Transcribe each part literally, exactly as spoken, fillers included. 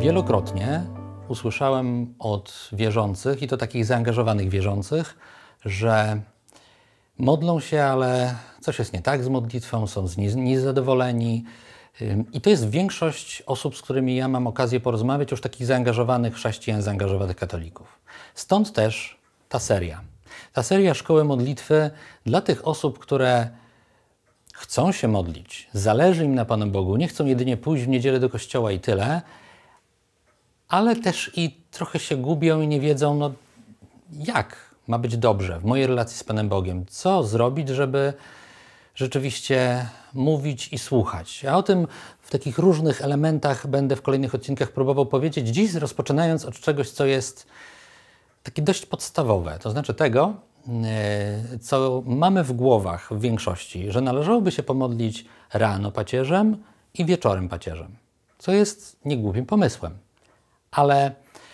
Wielokrotnie usłyszałem od wierzących, i to takich zaangażowanych wierzących, że modlą się, ale coś jest nie tak z modlitwą, są z niej niezadowoleni. I to jest większość osób, z którymi ja mam okazję porozmawiać, już takich zaangażowanych chrześcijan, zaangażowanych katolików. Stąd też ta seria. Ta seria Szkoły Modlitwy dla tych osób, które chcą się modlić, zależy im na Panu Bogu, nie chcą jedynie pójść w niedzielę do kościoła i tyle, ale też i trochę się gubią i nie wiedzą, no jak ma być dobrze w mojej relacji z Panem Bogiem, co zrobić, żeby rzeczywiście mówić i słuchać. Ja o tym w takich różnych elementach będę w kolejnych odcinkach próbował powiedzieć, dziś rozpoczynając od czegoś, co jest takie dość podstawowe, to znaczy tego, co mamy w głowach w większości, że należałoby się pomodlić rano pacierzem i wieczorem pacierzem, co jest niegłupim pomysłem. Ale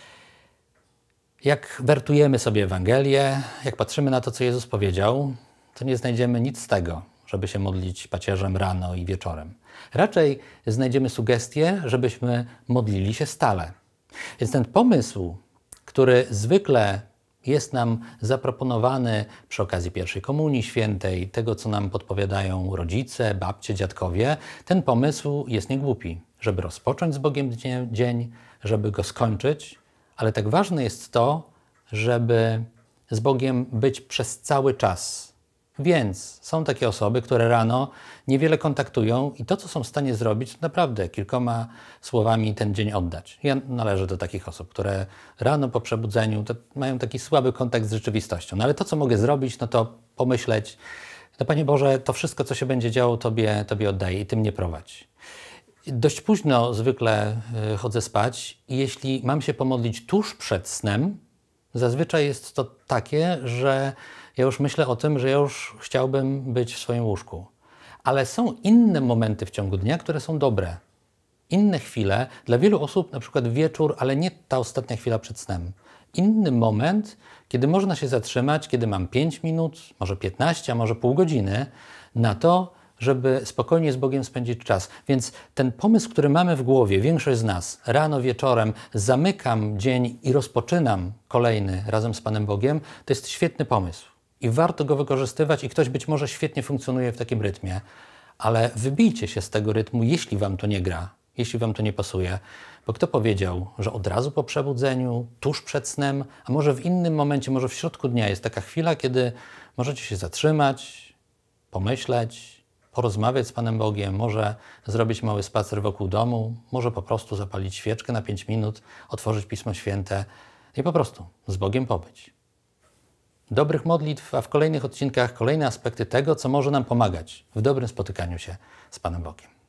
jak wertujemy sobie Ewangelię, jak patrzymy na to, co Jezus powiedział, to nie znajdziemy nic z tego, żeby się modlić pacierzem rano i wieczorem. Raczej znajdziemy sugestie, żebyśmy modlili się stale. Więc ten pomysł, który zwykle jest nam zaproponowany przy okazji pierwszej komunii świętej, tego, co nam podpowiadają rodzice, babcie, dziadkowie, ten pomysł jest niegłupi, żeby rozpocząć z Bogiem dzień, żeby go skończyć, ale tak ważne jest to, żeby z Bogiem być przez cały czas. Więc są takie osoby, które rano niewiele kontaktują i to, co są w stanie zrobić, to naprawdę kilkoma słowami ten dzień oddać. Ja należę do takich osób, które rano po przebudzeniu to mają taki słaby kontakt z rzeczywistością. No ale to, co mogę zrobić, no to pomyśleć, no Panie Boże, to wszystko, co się będzie działo, Tobie, tobie oddaję i Ty mnie prowadź. Dość późno zwykle chodzę spać i jeśli mam się pomodlić tuż przed snem, zazwyczaj jest to takie, że ja już myślę o tym, że ja już chciałbym być w swoim łóżku. Ale są inne momenty w ciągu dnia, które są dobre. Inne chwile, dla wielu osób na przykład wieczór, ale nie ta ostatnia chwila przed snem. Inny moment, kiedy można się zatrzymać, kiedy mam pięć minut, może piętnaście, a może pół godziny na to, żeby spokojnie z Bogiem spędzić czas. Więc ten pomysł, który mamy w głowie, większość z nas, rano, wieczorem, zamykam dzień i rozpoczynam kolejny razem z Panem Bogiem, to jest świetny pomysł. I warto go wykorzystywać i ktoś być może świetnie funkcjonuje w takim rytmie, ale wybijcie się z tego rytmu, jeśli Wam to nie gra, jeśli Wam to nie pasuje. Bo kto powiedział, że od razu po przebudzeniu, tuż przed snem, a może w innym momencie, może w środku dnia jest taka chwila, kiedy możecie się zatrzymać, pomyśleć, porozmawiać z Panem Bogiem, może zrobić mały spacer wokół domu, może po prostu zapalić świeczkę na pięć minut, otworzyć Pismo Święte i po prostu z Bogiem pobyć. Dobrych modlitw, a w kolejnych odcinkach kolejne aspekty tego, co może nam pomagać w dobrym spotykaniu się z Panem Bogiem.